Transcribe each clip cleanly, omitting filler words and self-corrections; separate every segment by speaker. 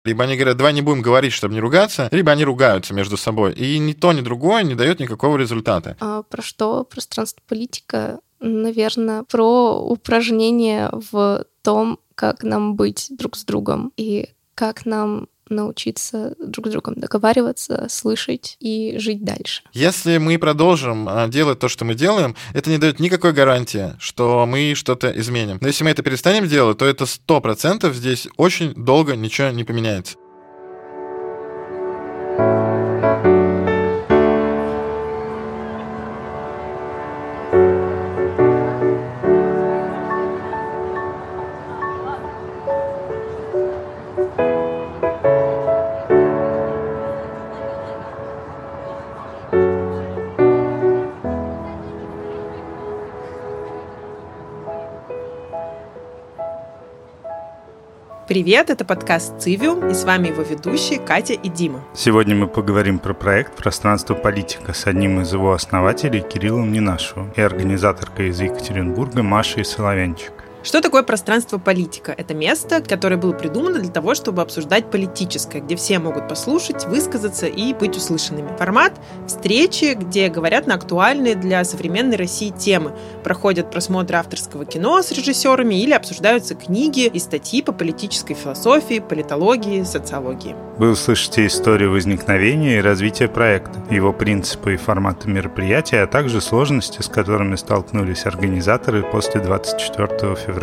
Speaker 1: Либо они говорят, давай не будем говорить, чтобы не ругаться, либо они ругаются между собой. И ни то, ни другое не дает никакого результата.
Speaker 2: А про что пространство политика? Наверное, про упражнение в том, как нам быть друг с другом и как нам научиться друг с другом договариваться, слышать и жить дальше.
Speaker 1: Если мы продолжим делать то, что мы делаем, это не дает никакой гарантии, что мы что-то изменим. Но если мы это перестанем делать, то это 100% здесь очень долго ничего не поменяется.
Speaker 3: Привет, это подкаст «Цивиум», и с вами его ведущие Катя и Дима.
Speaker 4: Сегодня мы поговорим про проект «Пространство политика» с одним из его основателей Кириллом Ненашевым и организаторкой из Екатеринбурга Машей Соловянчик.
Speaker 3: Что такое пространство политика? Это место, которое было придумано для того, чтобы обсуждать политическое, где все могут послушать, высказаться и быть услышанными. Формат – встречи, где говорят на актуальные для современной России темы, проходят просмотры авторского кино с режиссерами или обсуждаются книги и статьи по политической философии, политологии, социологии.
Speaker 4: Вы услышите историю возникновения и развития проекта, его принципы и форматы мероприятия, а также сложности, с которыми столкнулись организаторы после 24 февраля.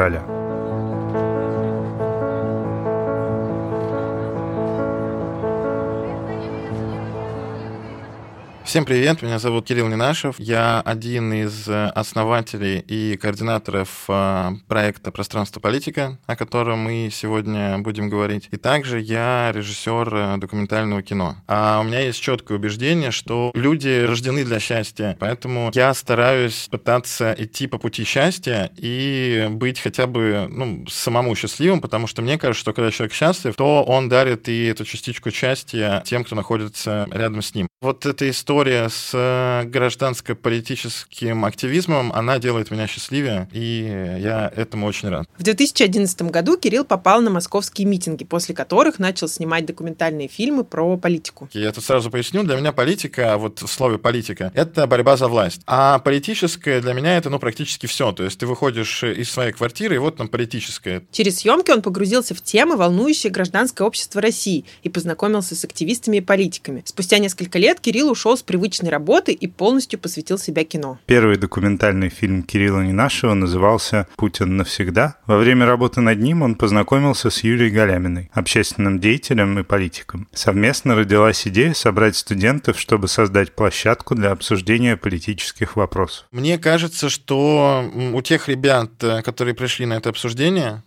Speaker 1: Всем привет, меня зовут Кирилл Ненашев. Я один из основателей и координаторов проекта «Пространство политика», о котором мы сегодня будем говорить. И также я режиссер документального кино. А у меня есть четкое убеждение, что люди рождены для счастья, поэтому я стараюсь пытаться идти по пути счастья и быть хотя бы самому счастливым, потому что мне кажется, что когда человек счастлив, то он дарит и эту частичку счастья тем, кто находится рядом с ним. Вот эта история с гражданско-политическим активизмом, она делает меня счастливее, и я этому очень рад.
Speaker 3: В 2011 году Кирилл попал на московские митинги, после которых начал снимать документальные фильмы про политику.
Speaker 1: Я тут сразу поясню, для меня политика, вот в слове политика, это борьба за власть. А политическое для меня это практически все. То есть ты выходишь из своей квартиры, и вот там политическое.
Speaker 3: Через съемки он погрузился в темы, волнующие гражданское общество России, и познакомился с активистами и политиками. Спустя несколько лет Кирилл ушел с привычной работы и полностью посвятил себя кино.
Speaker 4: Первый документальный фильм Кирилла Ненашева назывался «Путин навсегда». Во время работы над ним он познакомился с Юлией Галяминой, общественным деятелем и политиком. Совместно родилась идея собрать студентов, чтобы создать площадку для обсуждения политических вопросов.
Speaker 1: Мне кажется, что у тех ребят, которые пришли на это обсуждение,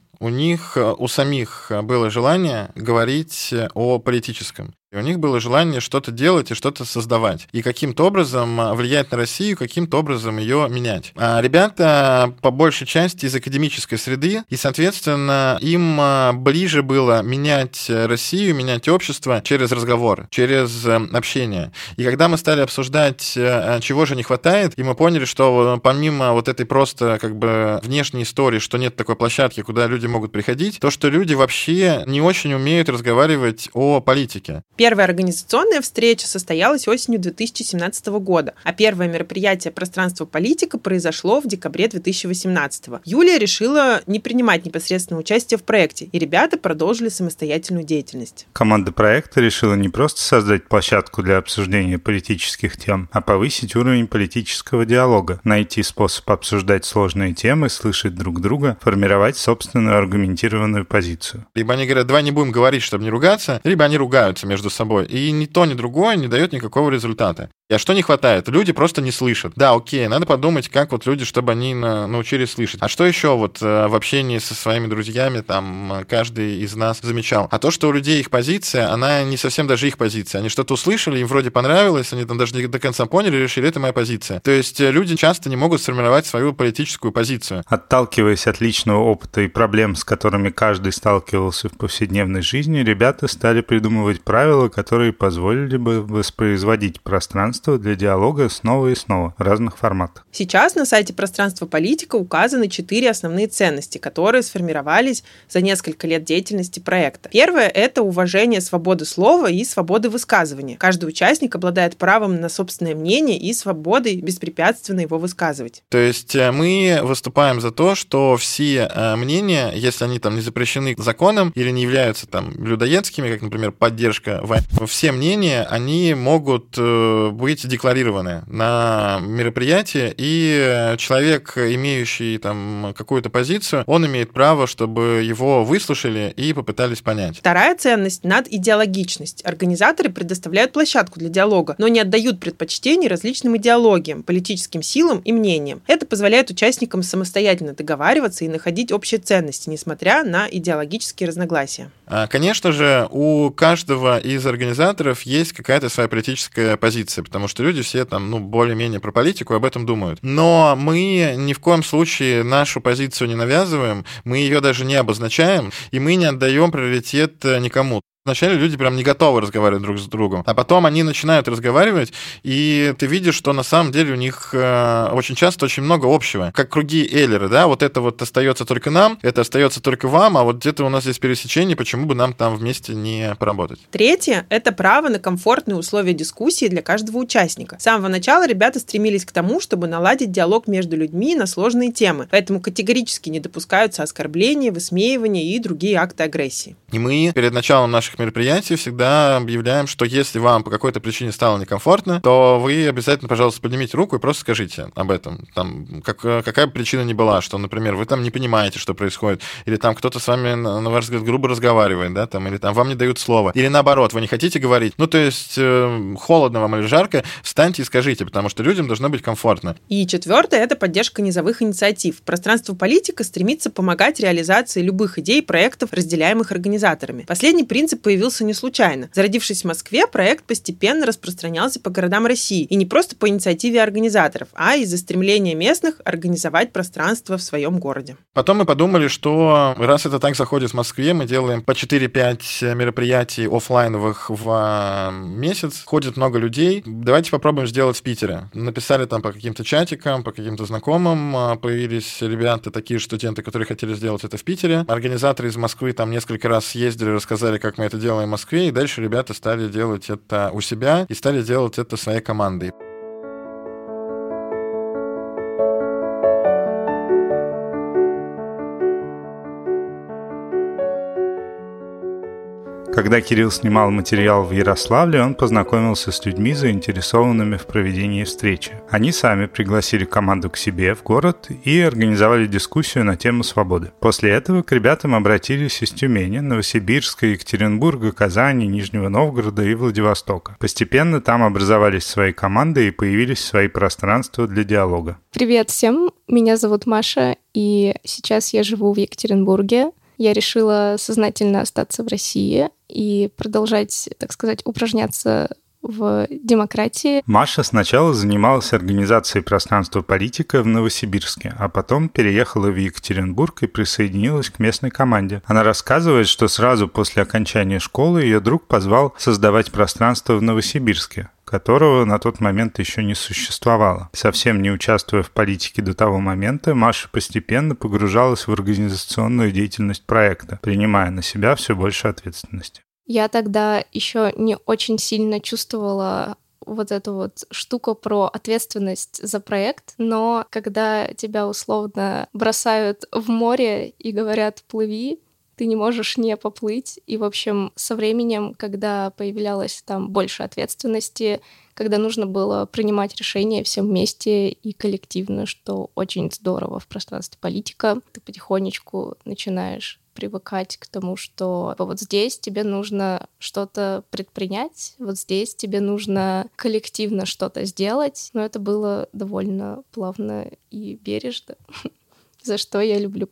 Speaker 1: у самих было желание говорить о политическом. И у них было желание что-то делать и что-то создавать. И каким-то образом влиять на Россию, каким-то образом ее менять. А ребята, по большей части, из академической среды, и, соответственно, им ближе было менять Россию, менять общество через разговоры, через общение. И когда мы стали обсуждать, чего же не хватает, и мы поняли, что помимо вот этой просто внешней истории, что нет такой площадки, куда люди могут приходить, то, что люди вообще не очень умеют разговаривать о политике.
Speaker 3: Первая организационная встреча состоялась осенью 2017 года, а первое мероприятие «Пространство политика» произошло в декабре 2018. Юлия решила не принимать непосредственное участие в проекте, и ребята продолжили самостоятельную деятельность.
Speaker 4: Команда проекта решила не просто создать площадку для обсуждения политических тем, а повысить уровень политического диалога, найти способ обсуждать сложные темы, слышать друг друга, формировать собственную аргументированную позицию.
Speaker 1: Либо они говорят, давай не будем говорить, чтобы не ругаться, либо они ругаются между собой. И ни то, ни другое не дает никакого результата. А что не хватает? Люди просто не слышат. Да, окей, надо подумать, как люди, чтобы они научились слышать. А что еще в общении со своими друзьями каждый из нас замечал? А то, что у людей их позиция, она не совсем даже их позиция. Они что-то услышали, им вроде понравилось, они даже не до конца поняли, решили, это моя позиция. То есть люди часто не могут сформировать свою политическую позицию.
Speaker 4: Отталкиваясь от личного опыта и проблем, с которыми каждый сталкивался в повседневной жизни, ребята стали придумывать правила, которые позволили бы воспроизводить пространство пространство для диалога снова и снова в разных форматах.
Speaker 3: Сейчас на сайте «Пространство политика» указаны 4 основные ценности, которые сформировались за несколько лет деятельности проекта. Первое – это уважение свободы слова и свободы высказывания. Каждый участник обладает правом на собственное мнение и свободой беспрепятственно его высказывать.
Speaker 1: То есть мы выступаем за то, что все мнения, если они там не запрещены законом или не являются там людоедскими, как, например, поддержка войны, все мнения, они могут быть декларированы на мероприятии, и человек, имеющий там какую-то позицию, он имеет право, чтобы его выслушали и попытались понять.
Speaker 3: Вторая ценность – надидеологичность. Организаторы предоставляют площадку для диалога, но не отдают предпочтений различным идеологиям, политическим силам и мнениям. Это позволяет участникам самостоятельно договариваться и находить общие ценности, несмотря на идеологические разногласия.
Speaker 1: Конечно же, у каждого из организаторов есть какая-то своя политическая позиция, потому что люди все там, более-менее про политику об этом думают. Но мы ни в коем случае нашу позицию не навязываем, мы ее даже не обозначаем, и мы не отдаем приоритет никому. Вначале люди прям не готовы разговаривать друг с другом, а потом они начинают разговаривать, и ты видишь, что на самом деле у них очень часто очень много общего. Как круги Эйлера, да, вот это вот остается только нам, это остается только вам, а вот где-то у нас есть пересечение, почему бы нам там вместе не поработать.
Speaker 3: Третье – это право на комфортные условия дискуссии для каждого участника. С самого начала ребята стремились к тому, чтобы наладить диалог между людьми на сложные темы, поэтому категорически не допускаются оскорбления, высмеивания и другие акты агрессии.
Speaker 1: И мы перед началом наших мероприятий всегда объявляем, что если вам по какой-то причине стало некомфортно, то вы обязательно, пожалуйста, поднимите руку и просто скажите об этом. Там, какая бы причина ни была, что, например, вы там не понимаете, что происходит, или там кто-то с вами, на ваш взгляд, грубо разговаривает, да, там, или там вам не дают слова, или наоборот, вы не хотите говорить. То есть холодно вам или жарко, встаньте и скажите, потому что людям должно быть комфортно.
Speaker 3: И четвертое – это поддержка низовых инициатив. Пространство политика стремится помогать реализации любых идей и проектов, разделяемых организаторами. Последний принцип появился не случайно. Зародившись в Москве, проект постепенно распространялся по городам России. И не просто по инициативе организаторов, а из-за стремления местных организовать пространство в своем городе.
Speaker 1: Потом мы подумали, что раз это так заходит в Москве, мы делаем по 4-5 мероприятий офлайновых в месяц. Ходит много людей. Давайте попробуем сделать в Питере. Написали там по каким-то чатикам, по каким-то знакомым. Появились ребята, такие студенты, которые хотели сделать это в Питере. Организаторы из Москвы там несколько раз съездили, рассказали, как мы это делаем в Москве, и дальше ребята стали делать это у себя и стали делать это своей командой.
Speaker 4: Когда Кирилл снимал материал в Ярославле, он познакомился с людьми, заинтересованными в проведении встречи. Они сами пригласили команду к себе в город и организовали дискуссию на тему свободы. После этого к ребятам обратились из Тюмени, Новосибирска, Екатеринбурга, Казани, Нижнего Новгорода и Владивостока. Постепенно там образовались свои команды и появились свои пространства для диалога.
Speaker 2: Привет всем, меня зовут Маша, и сейчас я живу в Екатеринбурге. Я решила сознательно остаться в России и продолжать, так сказать, упражняться в демократии.
Speaker 4: Маша сначала занималась организацией пространства политика в Новосибирске, а потом переехала в Екатеринбург и присоединилась к местной команде. Она рассказывает, что сразу после окончания школы ее друг позвал создавать пространство в Новосибирске, которого на тот момент еще не существовало. Совсем не участвуя в политике до того момента, Маша постепенно погружалась в организационную деятельность проекта, принимая на себя все больше ответственности.
Speaker 2: Я тогда еще не очень сильно чувствовала вот эту вот штуку про ответственность за проект, но когда тебя условно бросают в море и говорят «плыви», ты не можешь не поплыть. И, в общем, со временем, когда появлялось там больше ответственности, когда нужно было принимать решения всем вместе и коллективно, что очень здорово в пространстве политика, ты потихонечку начинаешь привыкать к тому, что вот здесь тебе нужно что-то предпринять, вот здесь тебе нужно коллективно что-то сделать. Но это было довольно плавно и бережно, за что я люблю ПП.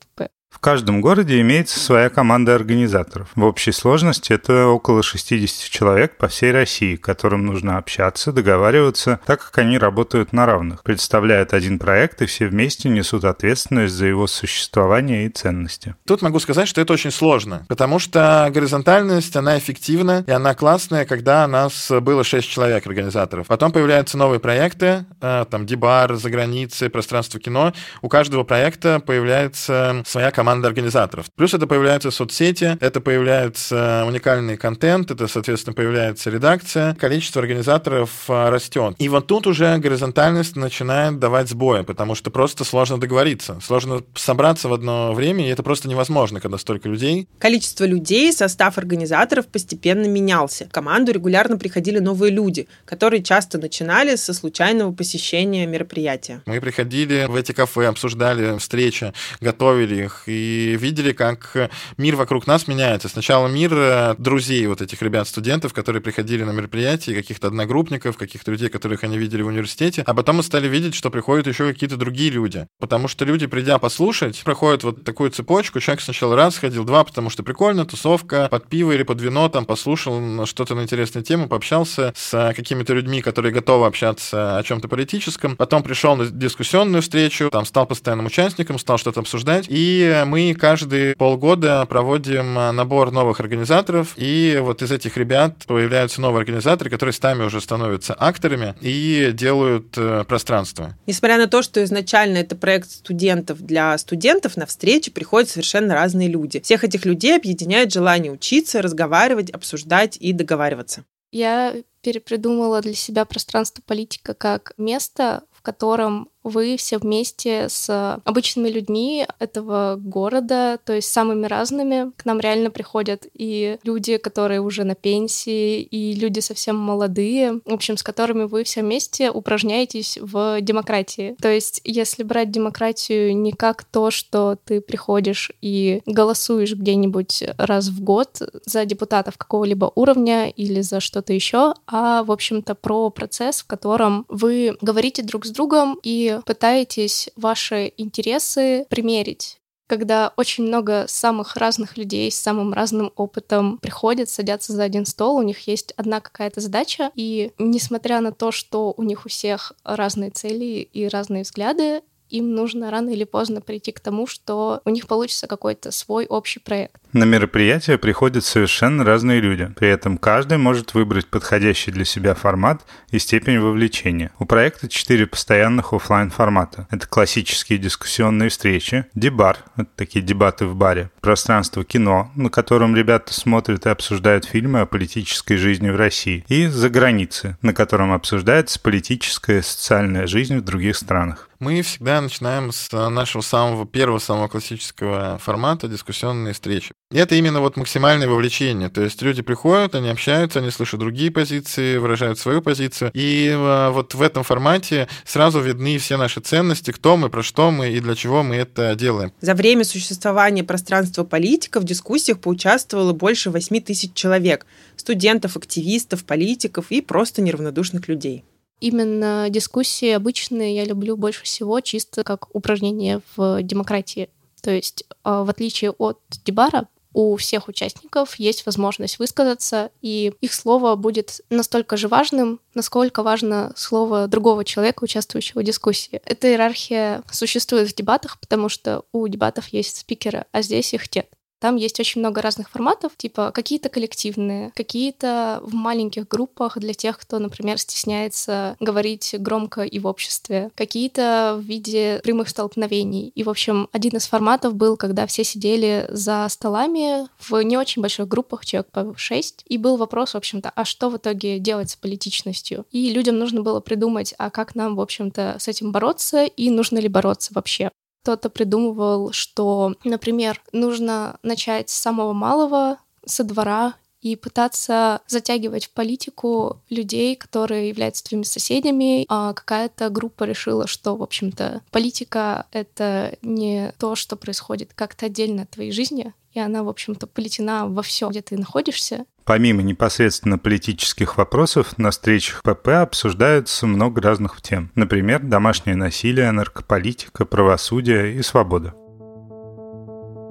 Speaker 4: В каждом городе имеется своя команда организаторов. В общей сложности это около 60 человек по всей России, которым нужно общаться, договариваться, так как они работают на равных, представляют один проект и все вместе несут ответственность за его существование и ценности.
Speaker 1: Тут могу сказать, что это очень сложно, потому что горизонтальность, она эффективна, и она классная, когда у нас было 6 человек организаторов. Потом появляются новые проекты, там Дибар, за границей, пространство кино. У каждого проекта появляется своя команда организаторов. Плюс это появляются соцсети, это появляется уникальный контент, это, соответственно, появляется редакция. Количество организаторов растет. И вот тут уже горизонтальность начинает давать сбои, потому что просто сложно договориться. Сложно собраться в одно время, и это просто невозможно, когда столько людей.
Speaker 3: Количество людей, состав организаторов постепенно менялся. В команду регулярно приходили новые люди, которые часто начинали со случайного посещения мероприятия.
Speaker 1: Мы приходили в эти кафе, обсуждали встречи, готовили их и видели, как мир вокруг нас меняется. Сначала мир друзей вот этих ребят-студентов, которые приходили на мероприятия, каких-то одногруппников, каких-то людей, которых они видели в университете, а потом мы стали видеть, что приходят еще какие-то другие люди. Потому что люди, придя послушать, проходят вот такую цепочку. Человек сначала раз сходил, два, потому что прикольно, тусовка, под пиво или под вино, там послушал что-то на интересную тему, пообщался с какими-то людьми, которые готовы общаться о чем-то политическом. Потом пришел на дискуссионную встречу, там стал постоянным участником, стал что-то обсуждать. И мы каждые полгода проводим набор новых организаторов, и вот из этих ребят появляются новые организаторы, которые сами уже становятся акторами и делают пространство.
Speaker 3: Несмотря на то, что изначально это проект студентов для студентов, на встречи приходят совершенно разные люди. Всех этих людей объединяет желание учиться, разговаривать, обсуждать и договариваться.
Speaker 2: Я перепридумала для себя пространство политика как место, в котором вы все вместе с обычными людьми этого города, то есть самыми разными. К нам реально приходят и люди, которые уже на пенсии, и люди совсем молодые, в общем, с которыми вы все вместе упражняетесь в демократии. То есть если брать демократию не как то, что ты приходишь и голосуешь где-нибудь раз в год за депутатов какого-либо уровня или за что-то еще, а, в общем-то, про процесс, в котором вы говорите друг с другом и пытаетесь ваши интересы примерить. Когда очень много самых разных людей с самым разным опытом приходят, садятся за один стол, у них есть одна какая-то задача, и несмотря на то, что у них у всех разные цели и разные взгляды, им нужно рано или поздно прийти к тому, что у них получится какой-то свой общий проект.
Speaker 4: На мероприятия приходят совершенно разные люди. При этом каждый может выбрать подходящий для себя формат и степень вовлечения. У проекта 4 постоянных офлайн формата. Это классические дискуссионные встречи, дебар, это такие дебаты в баре, пространство кино, на котором ребята смотрят и обсуждают фильмы о политической жизни в России, и за границей, на котором обсуждается политическая и социальная жизнь в других странах.
Speaker 1: Мы всегда начинаем с нашего самого первого, самого классического формата дискуссионные встречи. И это именно вот максимальное вовлечение. То есть люди приходят, они общаются, они слышат другие позиции, выражают свою позицию. И вот в этом формате сразу видны все наши ценности, кто мы, про что мы и для чего мы это делаем.
Speaker 3: За время существования пространства политика в дискуссиях поучаствовало больше 8 тысяч человек. Студентов, активистов, политиков и просто неравнодушных людей.
Speaker 2: Именно дискуссии обычные я люблю больше всего чисто как упражнение в демократии. То есть, в отличие от дебара, у всех участников есть возможность высказаться, и их слово будет настолько же важным, насколько важно слово другого человека, участвующего в дискуссии. Эта иерархия существует в дебатах, потому что у дебатов есть спикеры, а здесь их нет. Там есть очень много разных форматов, типа какие-то коллективные, какие-то в маленьких группах для тех, кто, например, стесняется говорить громко и в обществе, какие-то в виде прямых столкновений. И, в общем, один из форматов был, когда все сидели за столами в не очень больших группах, человек по 6, и был вопрос, в общем-то, а что в итоге делать с политичностью? И людям нужно было придумать, а как нам, в общем-то, с этим бороться, и нужно ли бороться вообще. Кто-то придумывал, что, например, нужно начать с самого малого, со двора, и пытаться затягивать в политику людей, которые являются твоими соседями. А какая-то группа решила, что, в общем-то, политика — это не то, что происходит как-то отдельно от твоей жизни, и она, в общем-то, плетена во все, где ты находишься.
Speaker 4: Помимо непосредственно политических вопросов, на встречах ПП обсуждаются много разных тем. Например, домашнее насилие, наркополитика, правосудие и свобода.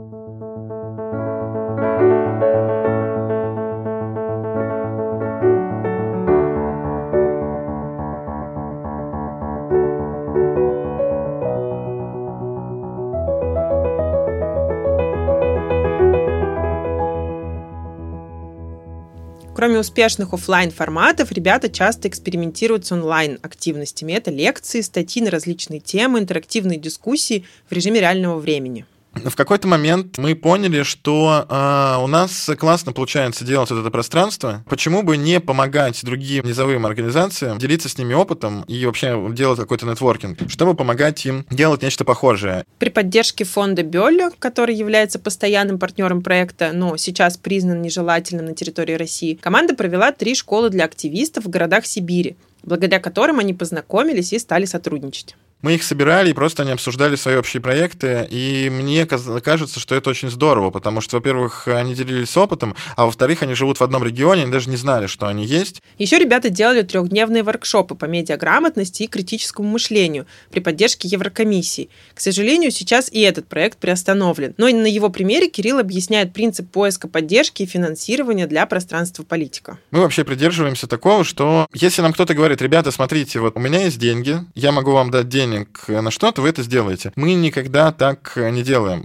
Speaker 3: Кроме успешных офлайн-форматов, ребята часто экспериментируют с онлайн-активностями. Это лекции, статьи на различные темы, интерактивные дискуссии в режиме реального времени.
Speaker 1: В какой-то момент мы поняли, что у нас классно получается делать вот это пространство. Почему бы не помогать другим низовым организациям, делиться с ними опытом и вообще делать какой-то нетворкинг, чтобы помогать им делать нечто похожее.
Speaker 3: При поддержке фонда Бёлля, который является постоянным партнером проекта, но сейчас признан нежелательным на территории России, команда провела 3 школы для активистов в городах Сибири, благодаря которым они познакомились и стали сотрудничать.
Speaker 1: Мы их собирали, и просто они обсуждали свои общие проекты, и мне кажется, что это очень здорово, потому что, во-первых, они делились опытом, а во-вторых, они живут в одном регионе, они даже не знали, что они есть.
Speaker 3: Еще ребята делали 3-дневные воркшопы по медиаграмотности и критическому мышлению при поддержке Еврокомиссии. К сожалению, сейчас и этот проект приостановлен, но на его примере Кирилл объясняет принцип поиска поддержки и финансирования для пространства политика.
Speaker 1: Мы вообще придерживаемся такого, что если нам кто-то говорит: ребята, смотрите, вот у меня есть деньги, я могу вам дать денег на что-то, вы это сделаете. Мы никогда так не делаем.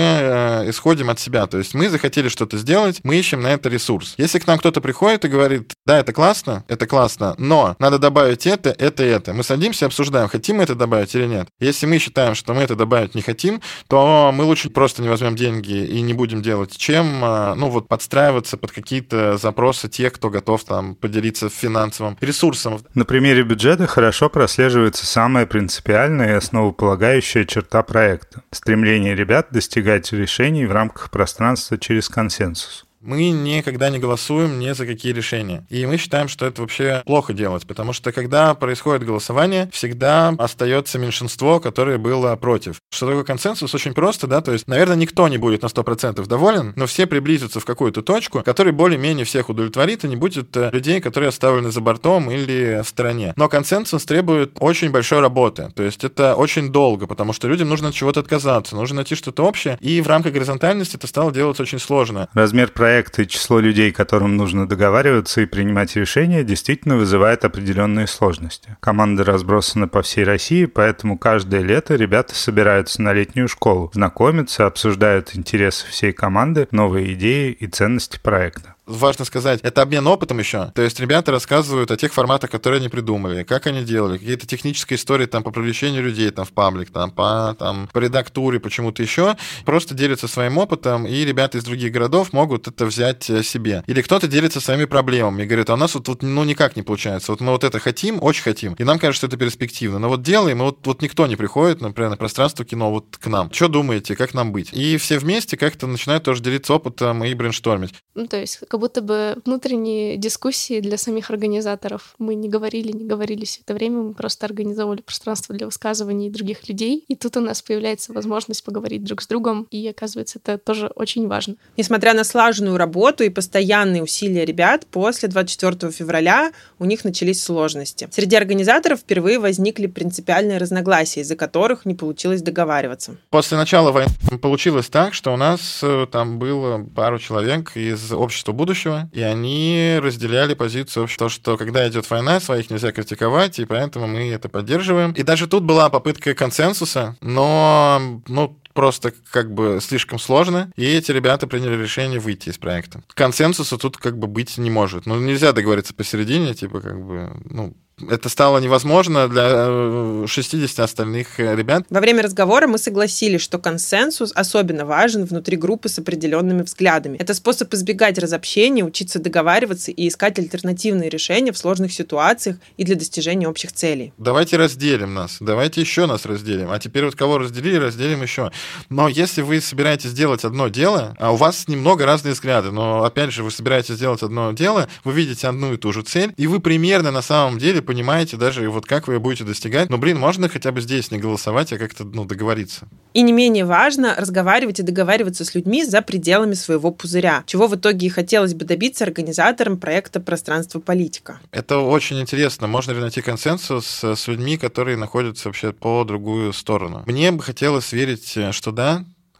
Speaker 1: Мы исходим от себя. То есть мы захотели что-то сделать, мы ищем на это ресурс. Если к нам кто-то приходит и говорит: да, это классно, но надо добавить это и это. Мы садимся и обсуждаем, хотим мы это добавить или нет. Если мы считаем, что мы это добавить не хотим, то мы лучше просто не возьмем деньги и не будем делать, чем подстраиваться под какие-то запросы тех, кто готов там поделиться финансовым ресурсом.
Speaker 4: На примере бюджета хорошо прослеживается самая принципиальная и основополагающая черта проекта – стремление ребят достигать решений в рамках пространства через консенсус.
Speaker 1: Мы никогда не голосуем ни за какие решения. И мы считаем, что это вообще плохо делать, потому что когда происходит голосование, всегда остается меньшинство, которое было против. Что такое консенсус? Очень просто, да, то есть, наверное, никто не будет на 100% доволен, но все приблизятся в какую-то точку, которая более-менее всех удовлетворит, и не будет людей, которые оставлены за бортом или в стороне. Но консенсус требует очень большой работы, то есть это очень долго, потому что людям нужно от чего-то отказаться, нужно найти что-то общее, и в рамках горизонтальности это стало делаться очень сложно.
Speaker 4: Размер проекта и число людей, которым нужно договариваться и принимать решения, действительно вызывает определенные сложности. Команда разбросана по всей России, поэтому каждое лето ребята собираются на летнюю школу, знакомятся, обсуждают интересы всей команды, новые идеи и ценности проекта.
Speaker 1: Важно сказать, это обмен опытом еще. То есть ребята рассказывают о тех форматах, которые они придумали, как они делали, какие-то технические истории там, по привлечению людей там, в паблик, по редактуре, почему-то еще. Просто делятся своим опытом, и ребята из других городов могут это взять себе. Или кто-то делится своими проблемами и говорит: а у нас вот никак не получается. Вот мы вот это хотим, очень хотим, и нам кажется, что это перспективно. Но вот делаем, и вот никто не приходит, например, на пространство кино вот к нам. Что думаете, как нам быть? И все вместе как-то начинают тоже делиться опытом и брейнштормить.
Speaker 2: То есть как будто бы внутренние дискуссии для самих организаторов. Мы не говорили все это время, мы просто организовывали пространство для высказываний других людей, и тут у нас появляется возможность поговорить друг с другом, и оказывается, это тоже очень важно.
Speaker 3: Несмотря на слаженную работу и постоянные усилия ребят, после 24 февраля у них начались сложности. Среди организаторов впервые возникли принципиальные разногласия, из-за которых не получилось договариваться.
Speaker 1: После начала войны получилось так, что у нас там было пару человек из общества будущего, и они разделяли позицию, что когда идет война, своих нельзя критиковать, и поэтому мы это поддерживаем. И даже тут была попытка консенсуса, но просто как бы слишком сложно, и эти ребята приняли решение выйти из проекта. Консенсуса тут как бы быть не может. Нельзя договориться посередине, это стало невозможно для 60 остальных ребят.
Speaker 3: Во время разговора мы согласились, что консенсус особенно важен внутри группы с определенными взглядами. Это способ избегать разобщения, учиться договариваться и искать альтернативные решения в сложных ситуациях и для достижения общих целей.
Speaker 1: Давайте разделим нас, давайте еще нас разделим. А теперь вот кого разделили, разделим еще. Но если вы собираетесь делать одно дело, а у вас немного разные взгляды, но опять же вы собираетесь делать одно дело, вы видите одну и ту же цель, и вы примерно на самом деле понимаете даже вот как вы будете достигать. Но, можно хотя бы здесь не голосовать, а как-то, договориться.
Speaker 3: И не менее важно разговаривать и договариваться с людьми за пределами своего пузыря, чего в итоге и хотелось бы добиться организаторам проекта «Пространство политика».
Speaker 1: Это очень интересно. Можно ли найти консенсус с людьми, которые находятся вообще по другую сторону? Мне бы хотелось верить, что да,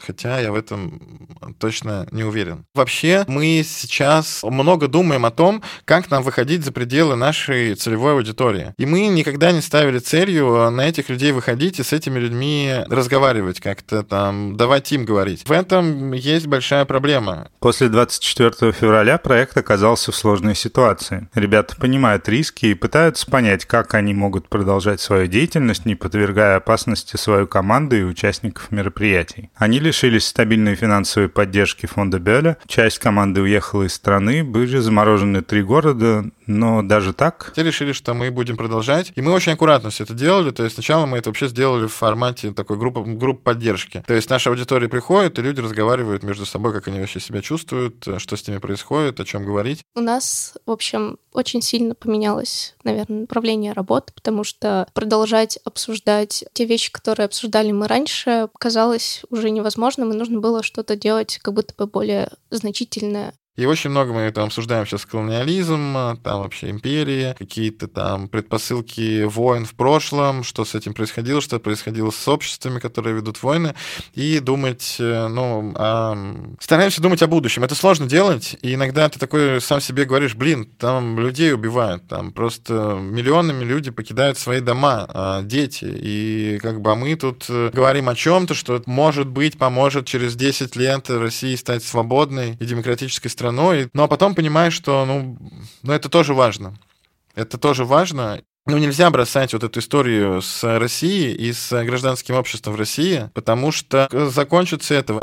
Speaker 1: хотя я в этом точно не уверен. Вообще, мы сейчас много думаем о том, как нам выходить за пределы нашей целевой аудитории. И мы никогда не ставили целью на этих людей выходить и с этими людьми разговаривать, как-то там давать им говорить. В этом есть большая проблема.
Speaker 4: После 24 февраля проект оказался в сложной ситуации. Ребята понимают риски и пытаются понять, как они могут продолжать свою деятельность, не подвергая опасности свою команду и участников мероприятий. Они лишились стабильной финансовой поддержки фонда Бёля, часть команды уехала из страны, были заморожены 3 города, но даже так...
Speaker 1: Все решили, что мы будем продолжать, и мы очень аккуратно все это делали, то есть сначала мы это вообще сделали в формате такой группы поддержки. То есть наша аудитория приходит, и люди разговаривают между собой, как они вообще себя чувствуют, что с ними происходит, о чем говорить.
Speaker 2: У нас, в общем, очень сильно поменялось, наверное, направление работы, потому что продолжать обсуждать те вещи, которые обсуждали мы раньше, казалось уже невозможным, и нужно было что-то делать как будто бы более значительное.
Speaker 1: И очень много мы там обсуждаем сейчас колониализм, там вообще империи, какие-то там предпосылки войн в прошлом, что с этим происходило, что происходило с обществами, которые ведут войны, и думать, стараемся думать о будущем. Это сложно делать, и иногда ты такой сам себе говоришь, там людей убивают, там просто миллионами люди покидают свои дома, дети, и как бы мы тут говорим о чем-то, что, может быть, поможет через 10 лет России стать свободной и демократической страной, но потом понимаешь, что это тоже важно. Это тоже важно. Нельзя бросать вот эту историю с Россией и с гражданским обществом в России, потому что закончится этого.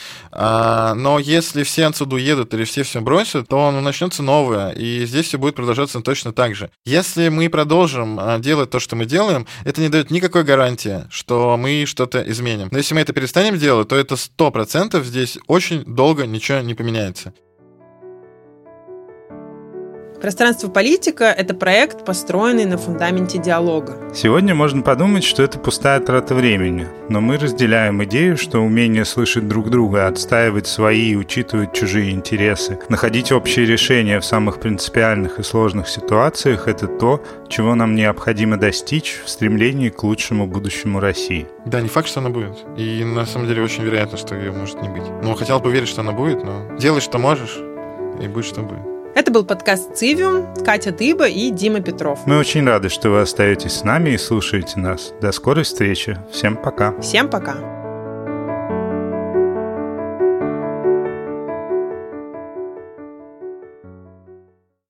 Speaker 1: Но если все отсюда уедут или все бросят, то начнется новое, и здесь все будет продолжаться точно так же. Если мы продолжим делать то, что мы делаем, это не дает никакой гарантии, что мы что-то изменим. Но если мы это перестанем делать, то это 100% здесь очень долго ничего не поменяется.
Speaker 3: «Пространство политика» — это проект, построенный на фундаменте диалога.
Speaker 4: Сегодня можно подумать, что это пустая трата времени, но мы разделяем идею, что умение слышать друг друга, отстаивать свои и учитывать чужие интересы, находить общие решения в самых принципиальных и сложных ситуациях — это то, чего нам необходимо достичь в стремлении к лучшему будущему России.
Speaker 1: Да, не факт, что она будет. И на самом деле очень вероятно, что ее может не быть. Хотелось бы верить, что она будет, но делай, что можешь, и будет, что будет.
Speaker 3: Это был подкаст «Цивиум», Катя Дыба и Дима Петров.
Speaker 4: Мы очень рады, что вы остаетесь с нами и слушаете нас. До скорой встречи. Всем пока.
Speaker 3: Всем пока.